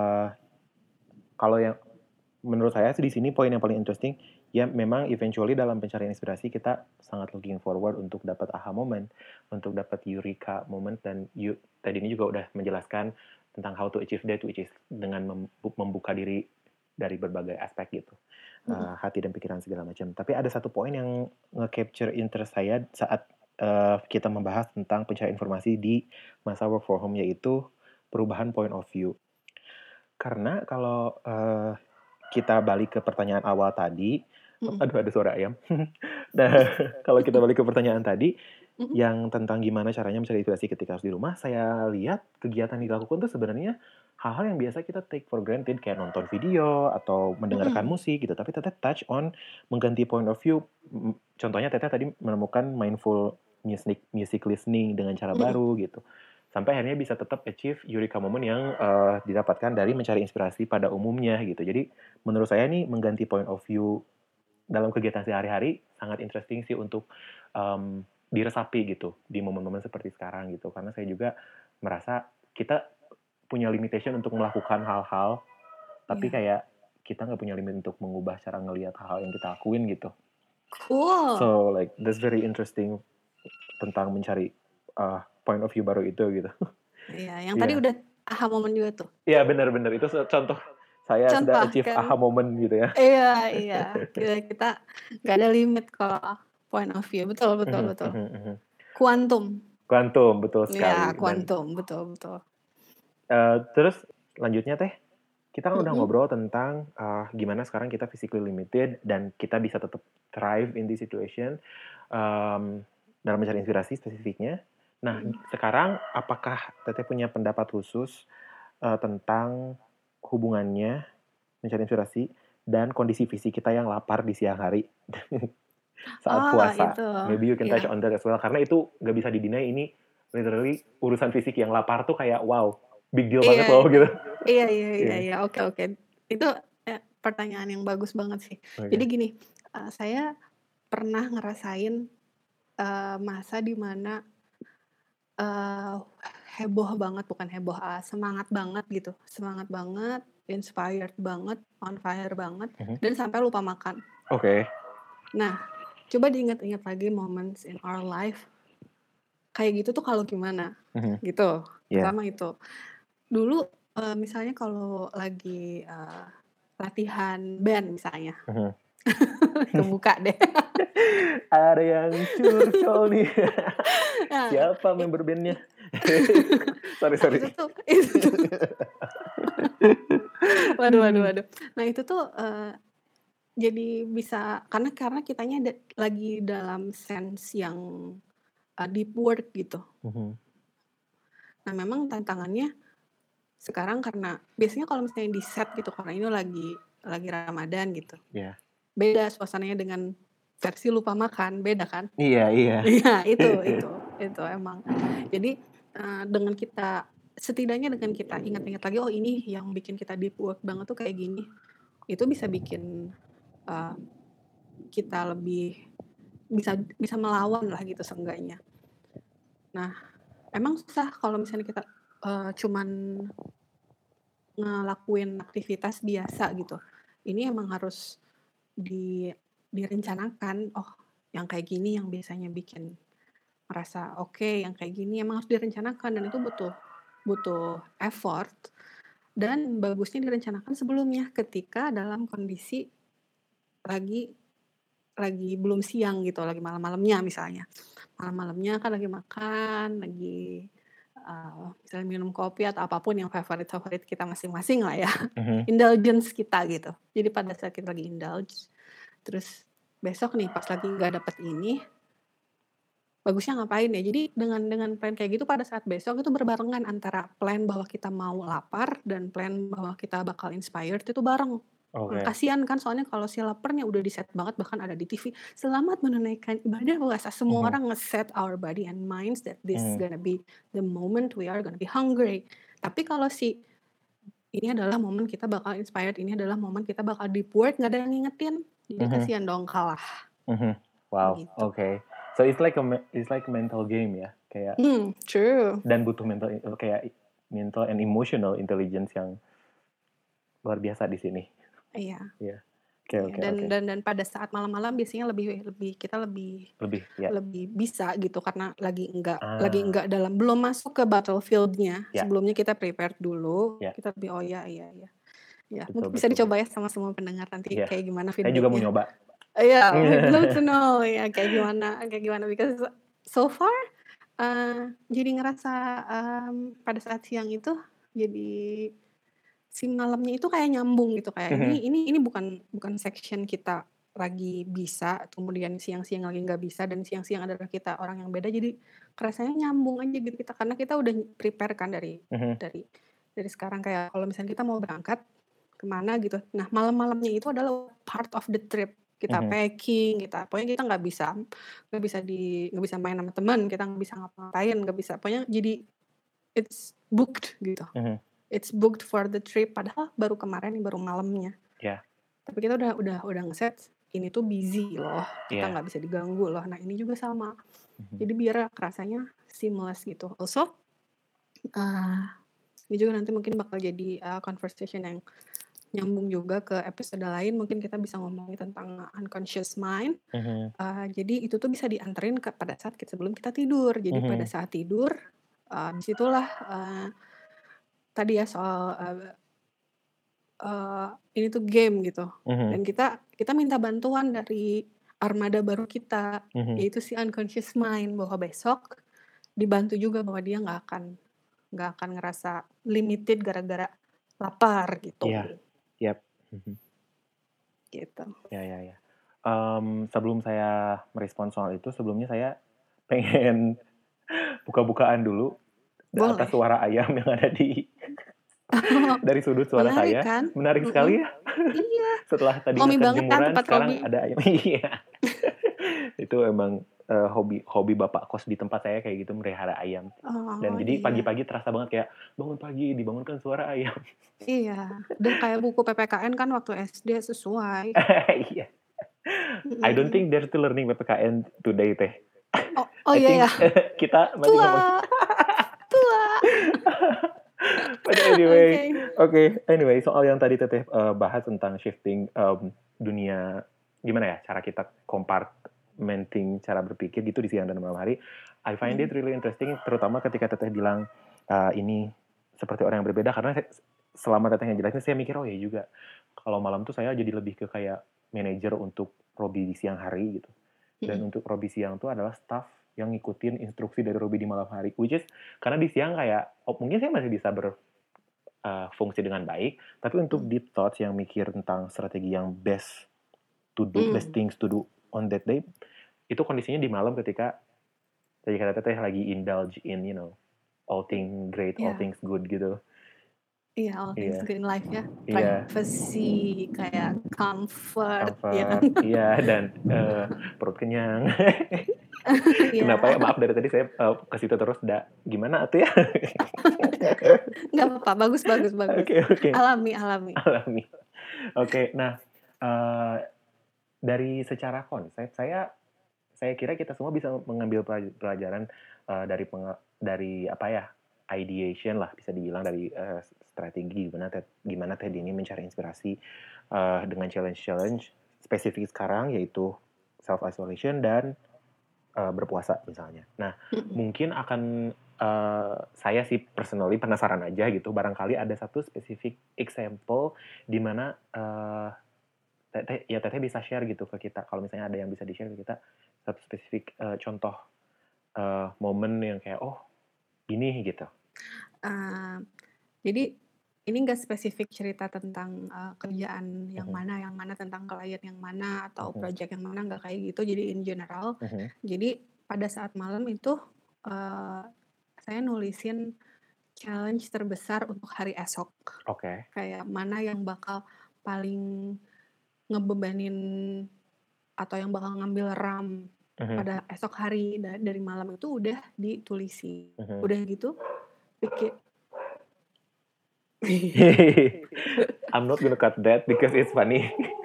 kalau yang menurut saya sih di sini poin yang paling interesting, ya memang eventually dalam pencarian inspirasi kita sangat looking forward untuk dapat aha moment, untuk dapat eureka moment, dan tadi ini juga udah menjelaskan tentang how to achieve that, which is dengan membuka diri dari berbagai aspek gitu, Mm-mm. hati dan pikiran segala macam. Tapi ada satu poin yang nge-capture interest saya saat kita membahas tentang pencarian informasi di masa work from home, yaitu perubahan point of view. Karena kalau kita balik ke pertanyaan awal tadi, Mm-mm. aduh ada suara ayam. Nah, kalau kita balik ke pertanyaan tadi, Mm-mm. yang tentang gimana caranya mencari inspirasi ketika harus di rumah, saya lihat kegiatan yang dilakukan tuh sebenarnya hal-hal yang biasa kita take for granted, kayak nonton video atau mendengarkan Mm-mm. musik gitu, tapi teteh touch on mengganti point of view. Contohnya teteh tadi menemukan mindful music listening dengan cara Mm-mm. baru gitu. Sampai akhirnya bisa tetap achieve eureka moment yang didapatkan dari mencari inspirasi pada umumnya gitu. Jadi menurut saya nih mengganti point of view dalam kegiatan sehari-hari sangat interesting sih untuk diresapi gitu di momen-momen seperti sekarang gitu. Karena saya juga merasa kita punya limitation untuk melakukan hal-hal, tapi Iya. kayak kita nggak punya limit untuk mengubah cara ngelihat hal-hal yang kita lakuin gitu. Cool. So like that's very interesting tentang mencari point of view baru itu gitu. Iya, yang tadi Iya, udah aha moment juga tuh. iya benar-benar itu contoh saya sudah Contoh achieve kan. aha moment gitu ya. Iya, iya. Kita nggak ada limit kalau point of view. Betul, betul, betul. Kuantum. Kuantum, betul Iya, sekali. Dan kuantum. Betul, betul. terus lanjutnya teh, kita kan udah Mm-mm. ngobrol tentang gimana sekarang kita physically limited dan kita bisa tetap thrive in this situation dalam mencari inspirasi spesifiknya. Nah, Mm-mm. sekarang apakah teteh punya pendapat khusus tentang hubungannya mencari inspirasi dan kondisi fisik kita yang lapar di siang hari saat puasa? Itu. Maybe you can touch Ya. on that as well. Karena itu nggak bisa didinai, ini literally urusan fisik yang lapar tuh kayak wow, big deal Iya, banget loh gitu. iya, iya, iya, Iya. iya. Oke, oke. Itu pertanyaan yang bagus banget sih. Jadi Oke. gini, saya pernah ngerasain masa di mana eh, heboh banget, bukan heboh, semangat banget, inspired banget, on fire banget, Mhm. dan sampai lupa makan. Oke. Nah, coba diingat-ingat lagi moments in our life kayak gitu tuh kalau gimana, Mhm. gitu. Yeah. Pertama itu. Dulu misalnya kalau lagi latihan band misalnya, Mhm. kebuka deh. Ada yang curcol nih. Nah, Siapa i member i band-nya? Sorry nah sorry. itu tuh waduh waduh waduh. Nah itu tuh, jadi bisa karena kitanya lagi dalam sense yang, deep work gitu. Mhm, Nah memang tantangannya sekarang karena biasanya kalau misalnya di-set gitu karena ini lagi Ramadan gitu, iya. beda suasananya dengan versi lupa makan, beda kan? Iya iya. Iya itu emang. Jadi, dengan kita setidaknya dengan kita ingat-ingat lagi, "Oh ini yang bikin kita deep work banget tuh kayak gini." Itu bisa bikin, eee, kita lebih bisa bisa melawan lah gitu seenggaknya. Nah, emang susah kalau misalnya kita, cuman ngelakuin aktivitas biasa gitu. Ini emang harus di direncanakan, oh yang kayak gini yang biasanya bikin merasa oke, yang kayak gini emang harus direncanakan dan itu butuh butuh effort dan bagusnya direncanakan sebelumnya ketika dalam kondisi lagi lagi belum siang gitu, lagi malam-malamnya misalnya. Malam-malamnya kan lagi makan, lagi, misalnya minum kopi atau apapun yang favorit-favorit kita masing-masing lah ya, Mhm, indulgence kita gitu. Jadi pada saat kita lagi indulge, terus besok nih pas lagi nggak dapet ini, bagusnya ngapain ya? Jadi dengan plan kayak gitu pada saat besok itu berbarengan antara plan bahwa kita mau lapar dan plan bahwa kita bakal inspired itu bareng. oke. Kasihan kan soalnya kalau si laparnya udah di-set banget bahkan ada di TV, "Selamat menunaikan ibadah puasa." Semua Mhm orang nge-set our body and minds that this mhm gonna be the moment we are gonna be hungry. Tapi kalau ini adalah momen kita bakal inspired, ini adalah momen kita bakal deep work, nggak ada yang ngingetin, jadi mhm kasihan dong kalah, mhm. Wow, begitu. oke. So it's like a mental game ya, kayak True. dan butuh kayak mental and emotional intelligence yang luar biasa di sini. Iya. Iya. Oke Iya, oke oke. dan pada saat malam-malam biasanya lebih lebih kita lebih Lebih ya. lebih bisa gitu karena lagi enggak Ah, belum masuk ke battlefield-nya. ya Sebelumnya kita prepare dulu, ya. kita lebih, "Oh ya, iya iya." Ya, Betul mungkin bisa betul dicoba betul. ya sama semua pendengar nanti Iya. kayak gimana Saya juga mau feedback-nya. nyoba. Iya, we'd love to know ya kayak gimana because so far, jadi ngerasa, pada saat siang itu jadi si malamnya itu kayak nyambung gitu, kayak Mhm ini bukan section kita lagi bisa, kemudian siang-siang lagi nggak bisa, dan siang-siang adalah kita orang yang beda, jadi kerasanya nyambung aja gitu kita, karena kita udah prepare kan mhm dari dari sekarang kayak kalau misalnya kita mau berangkat ke mana gitu. Nah, malam-malamnya itu adalah part of the trip. Kita mhm packing, pokoknya kita nggak bisa main sama teman, kita nggak bisa ngapa-ngapain, nggak bisa pokoknya jadi it's booked gitu. mhm. It's booked for the trip padahal baru kemarin nih, baru malamnya. Iya Tapi kita udah nge-set, ini tuh busy loh, kita iya. nggak bisa diganggu loh. Nah ini juga sama. Mhm Jadi biar rasanya seamless gitu. Also, eee, ini juga nanti mungkin bakal jadi, conversation yang nyambung juga ke episode lain, mungkin kita bisa ngomongin tentang unconscious mind. mhm Jadi itu tuh bisa dianterin pada saat sebelum kita tidur. Jadi pada mhm saat tidur, di situlah, tadi ya soal, ini tuh game gitu, mhm dan kita minta bantuan dari armada baru kita, mhm. yaitu si unconscious mind, bahwa besok dibantu juga bahwa dia nggak akan ngerasa limited gara-gara lapar Iya. gitu, Yap. Mhm. gitu. Ya ya ya. Sebelum saya merespon soal itu, sebelumnya saya pengen buka-bukaan dulu atas Boleh. suara ayam yang ada dari sudut suara Menarik saya. kan? Menarik Mhm. sekali ya. Iya, Setelah tadi homey ngecek banget kan jemuran, tempat sekarang Robi. ada ayam. Iya. Itu emang hobi hobi bapak kos di tempat saya kayak gitu melihara ayam. Dan Oh, jadi iya. pagi-pagi terasa banget kayak bangun pagi dibangunkan suara ayam. Iya, udah kayak buku PPKN kan waktu SD sesuai. Iya. I don't Mhm. think they're still learning PPKN today teh. Oh oh I iya ya? think kita masih ngomong. Tua tua. But anyway, Oke. anyway, soal yang tadi Teteh bahas tentang shifting dunia gimana ya cara kita compartmenting cara berpikir gitu di siang dan malam hari. I find Mhm. it really interesting, terutama ketika Teteh bilang ini seperti orang yang berbeda karena selama Teteh yang jelasin saya mikir oh ya juga kalau malam tuh saya jadi lebih ke kayak manajer untuk Robby di siang hari gitu. Dan Mhm. untuk Robby siang tuh adalah staff yang ngikutin instruksi dari Ruby di malam hari, which is karena di siang kayak mungkin saya masih bisa fungsi dengan baik, tapi untuk Hmm. deep thoughts yang mikir tentang strategi yang best Hmm. things to do on that day, itu kondisinya di malam ketika tadi kata teteh lagi indulge in all things great, all Iya, things good gitu. iya, all things Iya, good in life ya. iya, Privacy, kayak comfort, ya kan? comfort, iya, dan perut kenyang. Kenapa Iya, ya? Maaf dari tadi saya ke situ terus. Gimana tuh ya? nggak apa-apa, bagus, bagus, bagus. Oke, oke. Alami, alami. Alami. Oke, nah dari secara konsep saya kira kita semua bisa mengambil pelajaran dari apa ya, ideation lah bisa dibilang, dari strategi gimana Ted ini mencari inspirasi dengan challenge spesifik sekarang, yaitu self isolation dan berpuasa misalnya. Nah, Mm-mm. mungkin akan saya sih personally penasaran aja gitu, barangkali ada satu spesifik example di mana Teteh bisa share gitu ke kita, kalau misalnya ada yang bisa di-share ke kita satu spesifik contoh momen yang kayak gini gitu. Uh, jadi ini nggak spesifik cerita tentang kerjaan Mhm, yang mana tentang klien yang mana atau mhm, project yang mana, nggak kayak gitu. Jadi in general. mhm. Jadi pada saat malam itu uh, saya nulisin challenge terbesar untuk hari esok. Oke. Kayak mana yang bakal paling ngebebanin atau yang bakal ngambil RAM Mhm, pada esok hari. Dari malam itu udah ditulisin. mhm. Udah gitu pikir. I'm not gonna cut that because it's funny.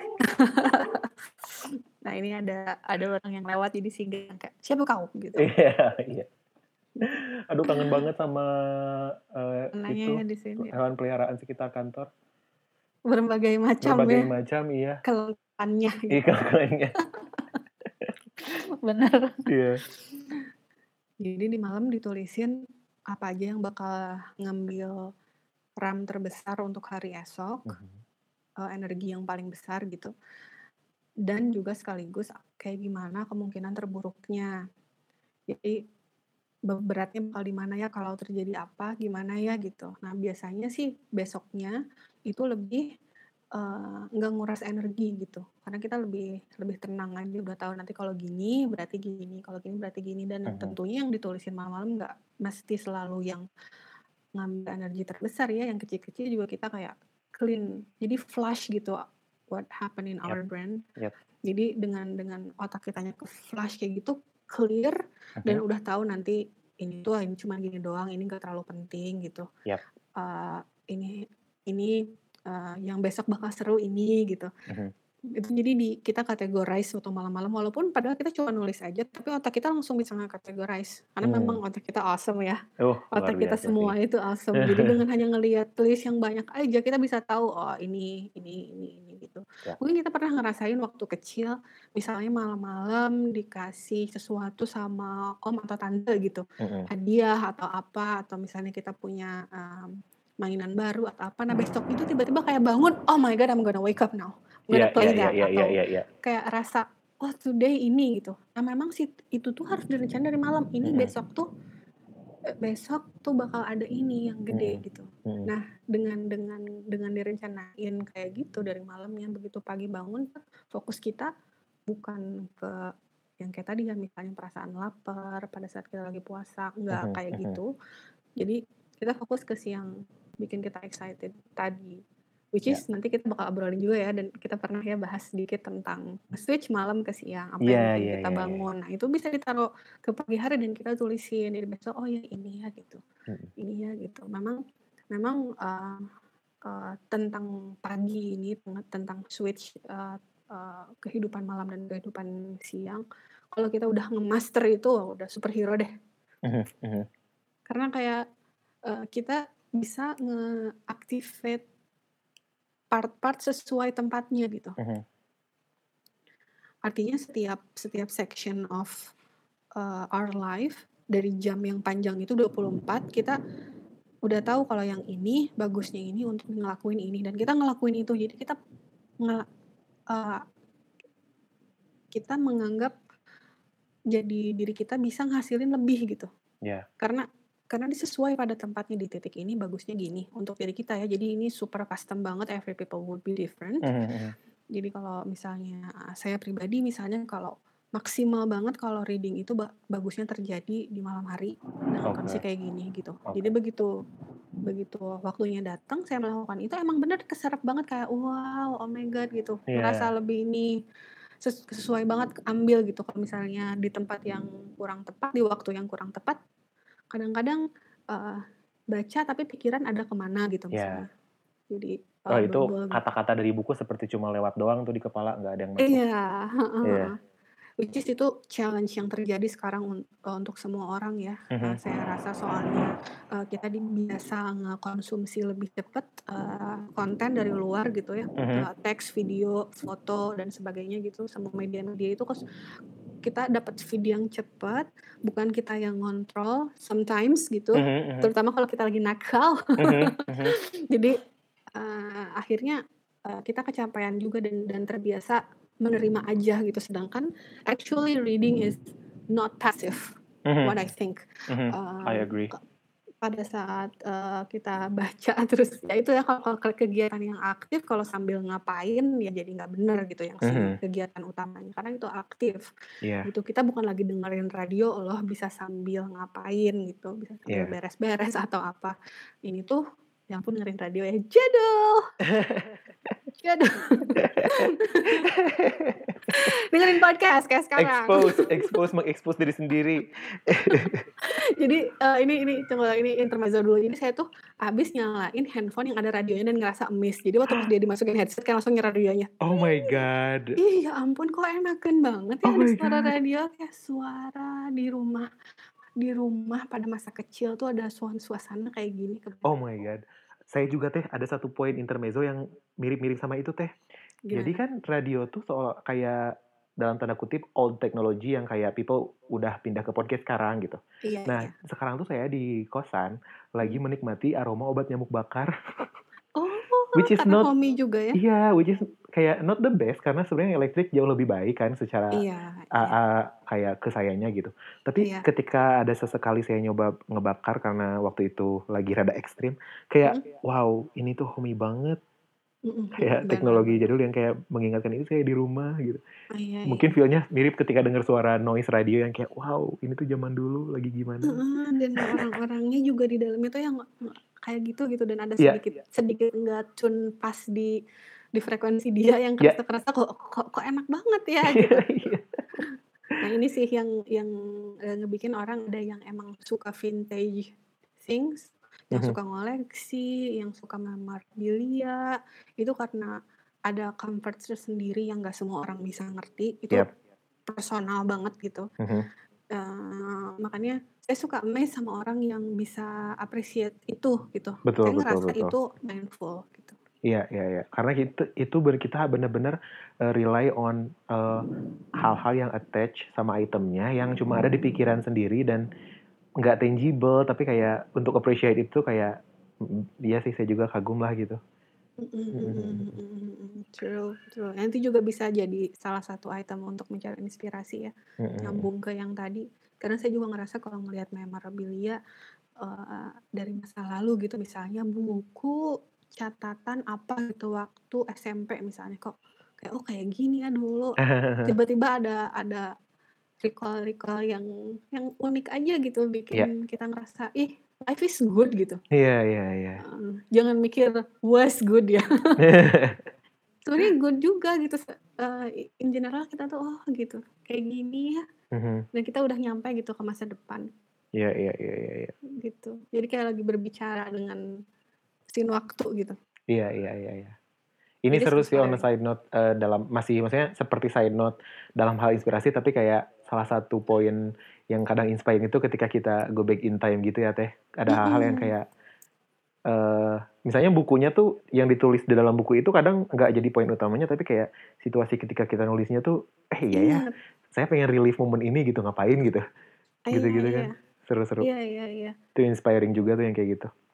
Nah ini ada orang yang lewat jadi singgah kayak siapa kau gitu. Iya, iya. Aduh, kangen banget sama itu Nanya di sini hewan peliharaan sekitar kantor. berbagai macam Berbagai ya macam, iya. kelengkapannya gitu. Ikan-ikannya. Bener. Iya. Jadi di malam ditulisin apa aja yang bakal ngambil RAM terbesar untuk hari esok, Mhm, energi yang paling besar gitu. Dan juga sekaligus kayak gimana kemungkinan terburuknya. Jadi beratnya bakal di mana ya kalau terjadi apa, gimana ya gitu. Nah biasanya sih besoknya itu lebih nggak nguras energi gitu. Karena kita lebih lebih tenang aja, udah tahu nanti kalau gini berarti gini, kalau gini berarti gini. Dan mhm. tentunya yang ditulisin malam-malam nggak mesti selalu yang ngambil energi terbesar ya, yang kecil-kecil juga kita kayak clean. Jadi flush gitu what happen in Yap, our brain. yap. Jadi dengan otak kitanya ke flash kayak gitu, clear, dan Mhm, udah tahu nanti ini cuma gini doang, ini gak terlalu penting gitu. yap. Uh, ini ini yang besok bakal seru ini gitu. Mhm, Itu jadi kita kategorize waktu malam-malam, walaupun padahal kita cuma nulis aja, tapi otak kita langsung bisa nge-categorize. Karena mmm. memang otak kita awesome ya. Luar Otak kita biasa sih. semua itu awesome. Jadi dengan hanya ngelihat list yang banyak aja kita bisa tahu oh ini gitu. Ya. Mungkin kita pernah ngerasain waktu kecil, misalnya malam-malam dikasih sesuatu sama om atau tante gitu. Mhm. Hadiah atau apa, atau misalnya kita punya mainan baru atau apa. Nah besok itu tiba-tiba kayak bangun, oh my god I'm gonna wake up now. I'm Iya, gonna iya, play iya, that. iya, iya, Atau iya, iya. kayak rasa oh today ini gitu. Nah memang sih itu tuh harus direncanain dari malam. Ini Mhm, besok tuh bakal ada ini yang gede mhm, gitu. mhm. Nah dengan direncanain kayak gitu dari malamnya, begitu pagi bangun fokus kita bukan ke yang kayak tadi ya, misalnya perasaan lapar pada saat kita lagi puasa, nggak Mhm, kayak mhm. gitu. Jadi kita fokus ke siang bikin kita excited tadi. Which Ya. is nanti kita bakal obrolin juga ya, dan kita pernah ya bahas sedikit tentang switch malam ke siang, apa Iya, yang bikin iya, kita iya, iya. bangun. Nah itu bisa ditaruh ke pagi hari dan kita tulisin jadi besok oh ya ini ya gitu, Mhm. ini ya gitu. Memang tentang pagi ini, tentang switch kehidupan malam dan kehidupan siang. Kalau kita udah ngemaster itu udah superhero deh. Mhm, mhm. Karena kayak kita bisa nge-activate part-part sesuai tempatnya gitu. Mhm. Artinya setiap section of our life dari jam yang panjang itu 24, kita udah tahu kalau yang ini bagusnya ini untuk ngelakuin ini, dan kita ngelakuin itu. Jadi uh, kita menganggap jadi diri kita bisa ngasilin lebih gitu. Iya. Karena dia sesuai pada tempatnya di titik ini bagusnya gini untuk diri kita ya. Jadi ini super custom banget, every people would be different. Mhm mhm. Jadi kalau misalnya saya pribadi misalnya kalau maksimal banget kalau reading itu bagusnya terjadi di malam hari dengan kondisi Oke. kayak gini gitu. Jadi Oke. begitu begitu waktunya datang saya melakukan itu emang bener keserap banget kayak wow, oh my god gitu. Ngerasa Iya. lebih ini sesuai banget ambil gitu. Kalau misalnya di tempat yang kurang tepat, di waktu yang kurang tepat, kadang-kadang baca tapi pikiran ada kemana gitu Iya. misalnya. Jadi Oh itu bebel gitu. kata-kata dari buku seperti cuma lewat doang tuh di kepala, nggak ada yang masuk. Iya, heeh Iya. heeh. Which is itu challenge yang terjadi sekarang untuk semua orang ya. Mhm. Saya rasa soalnya kita biasa ngekonsumsi lebih cepat konten dari luar gitu ya, Mhm. teks, video, foto dan sebagainya gitu. Semua media-media itu kita dapat video yang cepat, bukan kita yang ngontrol sometimes gitu. Mhm mhm. Terutama kalau kita lagi nakal. Mhm mhm. Jadi akhirnya kita kecapean juga dan terbiasa menerima aja gitu. Sedangkan actually reading is not passive, what I Mhm. think. Mhm. I Uh, agree. Pada saat kita baca terus ya itu ya kalau kegiatan yang aktif kalau sambil ngapain ya jadi nggak bener gitu yang si Mhm. kegiatan utamanya karena itu aktif Iya. gitu kita bukan lagi dengerin radio loh bisa sambil ngapain gitu bisa sambil Iya. beres-beres atau apa ini tuh yang pun dengerin radio ya jadul jadul dengerin podcast kayak sekarang. Mengekspos diri sendiri. Jadi ini tunggu ini intermezzo dulu. Jadi saya tuh habis nyalain handphone yang ada radionya dan ngerasa miss. Jadi waktu pas dia dimasukin headset kayak langsung nyala radionya. Oh my god. Ih ya ampun kok enakan banget ya Oh ada my suara god. radio kayak suara di rumah pada masa kecil tuh ada suasana kayak gini Oh kebayang. my god. Saya juga Teh ada satu poin intermezzo yang mirip-mirip sama itu Teh. Jadi Gimana? kan radio tuh kayak dalam tanda kutip old technology yang kayak people udah pindah ke podcast sekarang gitu. Iya Nah, iya. sekarang tuh saya di kosan lagi Hmm. menikmati aroma obat nyamuk bakar. Oh Which is karena not homey juga ya? iya, which is kayak not the best karena sebenarnya elektrik jauh lebih baik kan secara Iya iya kayak ke sayanya gitu. Tapi iya. ketika ada sesekali saya nyoba ngebakar karena waktu itu lagi rada ekstrim, kayak Mm-mm. wow ini tuh homey banget. Mm-mm, mm-mm. Kayak teknologi Benar-benar. jadul yang kayak mengingatkan itu saya di rumah gitu. Iya iya. Mungkin feel-nya mirip ketika dengar suara noise radio yang kayak wow ini tuh zaman dulu lagi gimana. Heeh, dan orang-orangnya juga di dalamnya tuh yang kayak gitu dan ada Iya, sedikit nggak tune pas di frekuensi dia yang iya. kerasa kok kok enak banget ya gitu. Iya. Nah ini sih yang ngebikin orang ada yang emang suka vintage things, yang Mhm. suka ngoleksi, yang suka memorabilia, itu karena ada comfort tersendiri yang nggak semua orang bisa ngerti, itu Yap. personal banget gitu. Mhm. Makanya saya suka amazed sama orang yang bisa appreciate itu gitu. Betul Saya betul ngerasa betul. itu mindful gitu. Iya iya iya. Karena itu kita benar-benar rely on hal-hal yang attach sama itemnya yang cuma ada di pikiran sendiri dan nggak tangible tapi kayak untuk appreciate itu kayak iya sih saya juga kagum lah gitu. True true. Nanti juga bisa jadi salah satu item untuk mencari inspirasi ya, Mhm. nyambung ke yang tadi. Karena saya juga ngerasa kalau ngelihat memorabilia, dari masa lalu gitu misalnya buku, catatan apa gitu waktu SMP misalnya kok kayak, "Oh kayak gini ya dulu." Tiba-tiba ada recall-recall yang unik aja gitu Iya. bikin kita ngerasa, "Ih life is good," gitu. Iya iya iya. Jangan mikir was good ya. Sebenarnya good juga gitu in general kita tuh, oh gitu, kayak gini ya, Mhm. dan kita udah nyampe gitu ke masa depan, Iya iya iya iya iya. gitu. Jadi kayak lagi berbicara dengan mesin waktu gitu. Iya iya iya iya. Ini It is seru sih on a inspiring. side note, maksudnya seperti side note dalam hal inspirasi, tapi kayak salah satu poin yang kadang inspiring itu ketika kita go back in time gitu ya, Teh. Ada hal-hal yang Mhm. kayak, misalnya bukunya tuh yang ditulis di dalam buku itu kadang nggak jadi poin utamanya, tapi kayak situasi ketika kita nulisnya tuh, iya ya, Ingat. saya pengen relive momen ini gitu, ngapain gitu. Iya Gitu-gitu kan. iya. Seru-seru. Iya iya iya. Itu inspiring juga tuh yang kayak gitu.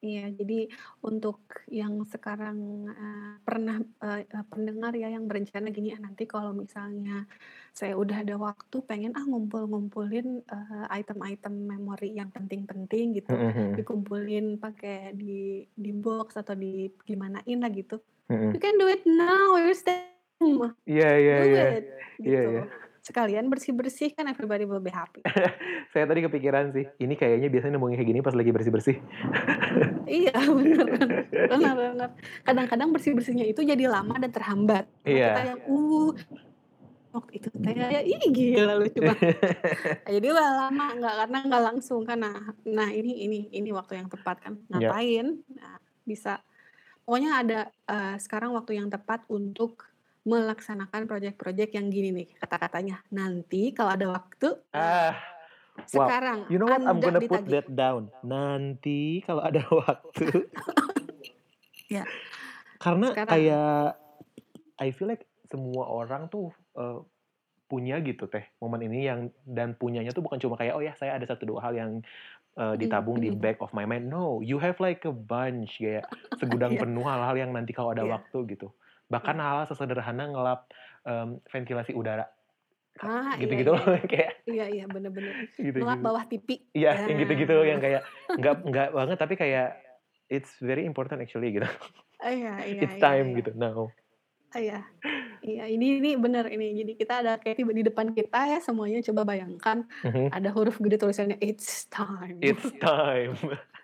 Iya, jadi untuk yang sekarang, pernah, pendengar ya yang berencana gini, nanti kalau misalnya saya udah ada waktu pengen, ngumpul-ngumpulin, item-item memori yang penting-penting gitu, Mhm mhm. dikumpulin pakai di box atau di gimanain lah gitu. Mhm. You can do it now, you're staying home, Iya iya do iya. it, Iya iya. gitu. Sekalian bersih-bersih kan everybody will be happy. Saya tadi kepikiran sih, ini kayaknya biasanya ngomongin kayak gini pas lagi bersih-bersih. Iya, bener bener, bener bener. Kadang-kadang bersih-bersihnya itu jadi lama dan terhambat, karena kita Iya. yang, waktu itu teh ya, ih gila lucu banget. Jadi lama, karena nggak langsung kan. Nah ini waktu yang tepat kan. Iya. Ngapain? Nah, bisa pokoknya ada, sekarang waktu yang tepat untuk melaksanakan project-project yang gini nih, kata-katanya, "Nanti kalau ada waktu." Ah, Nah, wow, sekarang you know what, I'm Anda gonna put ditagih. that down, nanti kalau ada waktu. Ya, Karena sekarang. kayak I feel like semua orang tuh, punya gitu Teh, momen ini yang dan punyanya tuh bukan cuma kayak, "Oh ya saya ada satu 2 hal yang, Mhm ditabung di mhm. back of my mind." No, you have like a bunch, kayak segudang Iya penuh hal-hal yang nanti kalau ada iya waktu gitu. Bahkan iya. hal-hal sesederhana ngelap, ventilasi udara, Iya gitu-gitu iya loh, iya. kayak Iya iya, bener bener. Ngelap gitu-gitu. bawah TV. Iya, yang gitu-gitu Nah. yang kayak nggak banget tapi kayak it's very important actually gitu. Iya iya It's iya time iya. gitu now. Iya iya, ini bener ini. Jadi kita ada kayak di depan kita ya semuanya, coba bayangkan Mhm. ada huruf gede tulisannya, "It's time." It's time.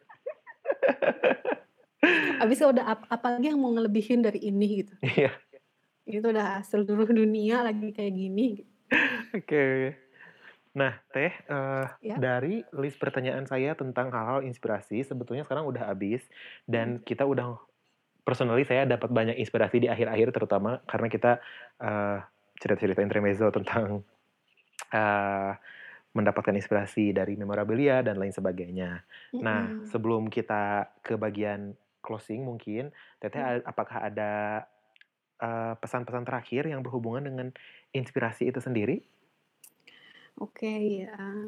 Habis itu udah apalagi yang mau ngelebihin dari ini gitu. Iya, Itu udah seluruh dunia lagi kayak gini. oke. Nah, Teh, Ya. dari list pertanyaan saya tentang hal-hal inspirasi sebetulnya sekarang udah habis Mhm dan kita udah personally saya dapat banyak inspirasi di akhir-akhir terutama karena kita, eee, cerita-cerita intermezzo tentang, eee, mendapatkan inspirasi dari memorabilia dan lain sebagainya. Nah, mhm. sebelum kita ke bagian closing mungkin, Teteh Mhm. apakah ada, pesan-pesan terakhir yang berhubungan dengan inspirasi itu sendiri? Oke,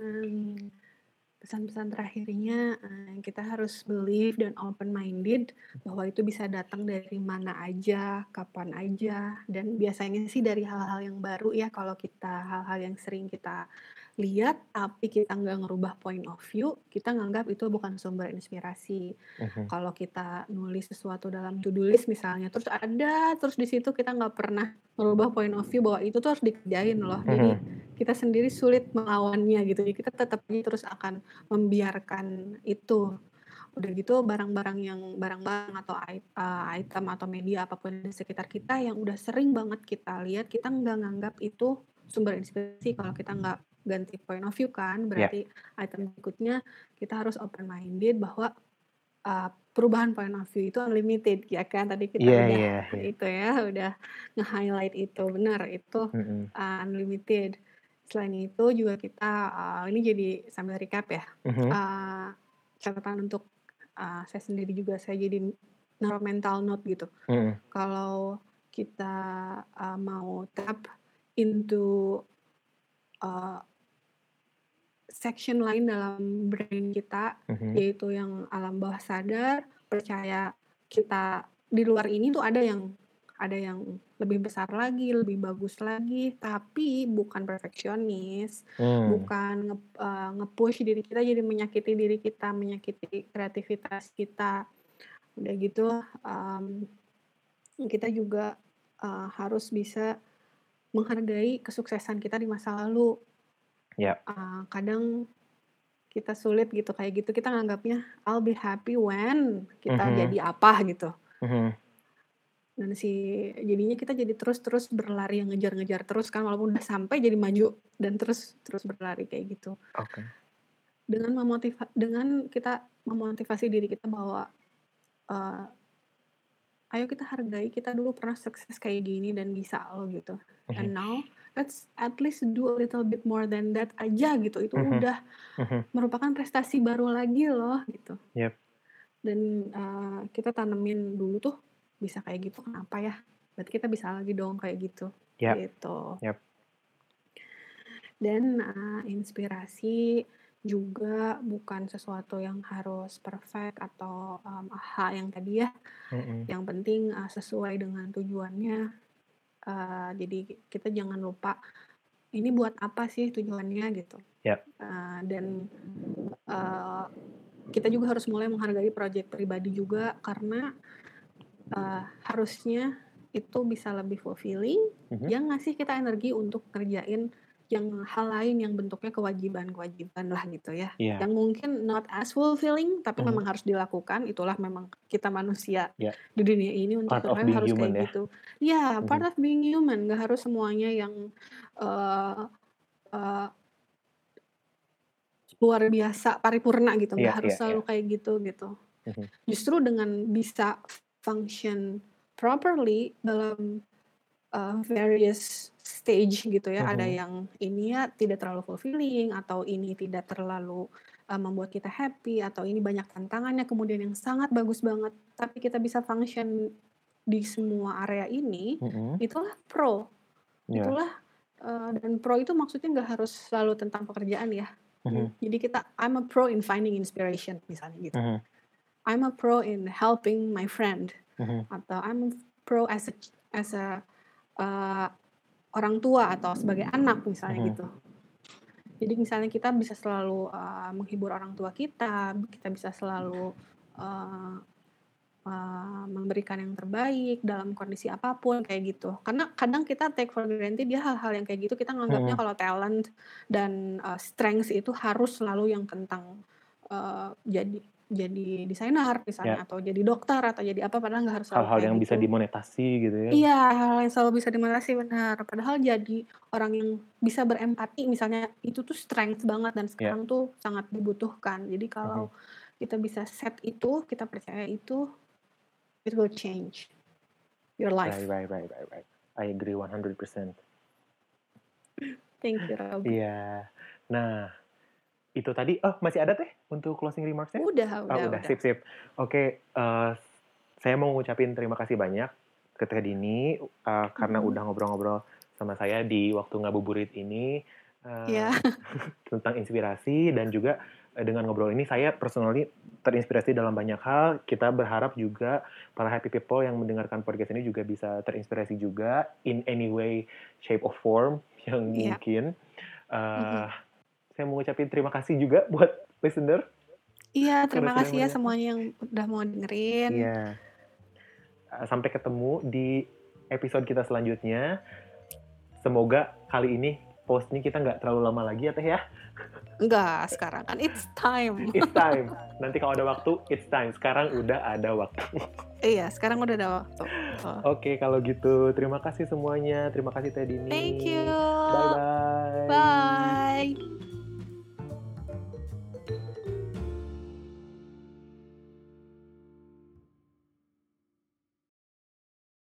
pesan-pesan terakhirnya, kita harus believe dan open minded bahwa itu bisa datang dari mana aja, kapan aja, dan biasanya sih dari hal-hal yang baru ya, kalau kita hal-hal yang sering kita lihat, tapi kita nggak ngerubah point of view, kita nganggap itu bukan sumber inspirasi. Mhm. Kalau kita nulis sesuatu dalam to do list misalnya, terus ada terus di situ kita nggak pernah ngerubah point of view bahwa itu tuh harus dikerjain loh. Jadi Mhm. kita sendiri sulit melawannya gitu. Jadi kita tetap aja terus akan membiarkan itu. Udah gitu barang-barang atau item atau media apapun di sekitar kita yang udah sering banget kita lihat, kita nggak nganggap itu sumber inspirasi kalau kita nggak ganti point of view kan. Ya. Berarti item berikutnya kita harus open minded bahwa, perubahan point of view itu unlimited ya kan. Tadi kita Iya udah iya iya. itu ya, udah nge-highlight itu, benar itu, Mhm. unlimited. Selain itu juga kita, ini jadi sambil recap ya, Mhm. eee, catatan untuk, saya sendiri juga, saya jadi naruh mental note gitu. Mhm. Kalau kita, mau tap into, eee, section lain dalam brain kita, Mhm. yaitu yang alam bawah sadar, percaya kita di luar ini tuh ada yang lebih besar lagi, lebih bagus lagi, tapi bukan perfeksionis, Mmm. bukan nge-push diri kita jadi menyakiti diri kita, menyakiti kreativitas kita. Udah gitu, kita juga, harus bisa menghargai kesuksesan kita di masa lalu. Ya. Kadang kita sulit gitu, kayak gitu kita nganggapnya, "I'll be happy when kita Mhm. jadi apa," gitu. Mhm. Dan jadinya kita jadi terus berlari, yang ngejar-ngejar terus kan, walaupun udah sampai jadi maju dan terus terus berlari kayak gitu. Oke. Dengan kita memotivasi diri kita bahwa, eee, "Ayo kita hargai, kita dulu pernah sukses kayak gini dan bisa loh," gitu. Mhm. "And now, let's at least do a little bit more than that aja," gitu. Itu Mhm. udah Mhm. merupakan prestasi baru lagi loh, gitu. Yap. Dan, kita tanemin dulu tuh, bisa kayak gitu kenapa ya? Berarti kita bisa lagi dong kayak gitu, Yap. gitu. Yap. Dan, inspirasi, juga, bukan sesuatu yang harus perfect atau, AHA yang tadi ya. Mhm. Yang penting, sesuai dengan tujuannya, jadi kita jangan lupa, ini buat apa sih tujuannya gitu. Yap. Dan, eee, kita juga harus mulai menghargai project pribadi juga karena, harusnya itu bisa lebih fulfilling, Mhm. yang ngasih kita energi untuk ngerjain yang hal lain yang bentuknya kewajiban-kewajiban lah gitu ya. Iya. Yang mungkin not as fulfilling, tapi Mhm. memang harus dilakukan, itulah memang kita manusia Ya. di dunia ini untuk Part of survive being harus human kayak ya. gitu. Ya, part Mhm. of being human, nggak harus semuanya yang, eee eee, luar biasa, paripurna gitu, Iya nggak harus iya iya. selalu kayak gitu. Mhm. Justru dengan bisa function properly dalam various stage gitu ya, ada Mhm. yang ini ya tidak terlalu fulfilling, atau ini tidak terlalu, membuat kita happy, atau ini banyak tantangannya, kemudian yang sangat bagus banget, tapi kita bisa function di semua area ini, Mhm. itulah pro. Iya. Itulah, dan pro itu maksudnya nggak harus selalu tentang pekerjaan ya. Mhm. Jadi I'm a pro in finding inspiration misalnya gitu. Mhm. I'm a pro in helping my friend, Mhm. atau I'm a pro as a uh, orang tua atau sebagai anak misalnya Mhm. gitu. Jadi misalnya kita bisa selalu menghibur orang tua kita bisa selalu uh, memberikan yang terbaik dalam kondisi apapun kayak gitu. Karena kadang kita take for granted dia hal-hal yang kayak gitu kita nganggapnya Mhm. kalau talent dan strength itu harus selalu yang tentang jadi desainer Ya. misalnya, atau jadi dokter, atau jadi apa, padahal nggak harus selalu Hal-hal kayak yang bisa gitu. dimonetasi gitu ya. Iya, hal yang selalu bisa dimengerti, benar. Padahal jadi orang yang bisa berempati misalnya, itu tuh strength banget dan Ya. sekarang tuh sangat dibutuhkan. Jadi Mhm. kalau kita bisa set itu, kita percaya itu, it will change your life. Right. I agree 100%. Thank you, Rob. Iya. Nah, itu tadi masih ada Teh untuk closing remarks-nya? Udah. Udah, sip. Oke, saya mau ngucapin terima kasih banyak ke Teh Dini, karena Mhm. udah ngobrol-ngobrol sama saya di waktu ngabuburit ini, Iya. tentang inspirasi, dan juga dengan ngobrol ini saya personally terinspirasi dalam banyak hal. Kita berharap juga para happy people yang mendengarkan podcast ini juga bisa terinspirasi juga in any way, shape or form yang Iya. mungkin. Mhm. Saya mau ngucapin terima kasih juga buat listener Iya, karena terima sudah kasih ya mendengarkan. semuanya yang udah mau dengerin. Iya. Sampai ketemu di episode kita selanjutnya. Semoga kali ini postnya kita nggak terlalu lama lagi ya Teh ya. Enggak, sekarang kan it's time. It's time. Nanti kalau ada waktu, it's time. Sekarang udah ada waktu. Iya, sekarang udah ada waktu. Oke, kalau gitu terima kasih semuanya. Terima kasih Teh Thank Dini. you. Bye-bye.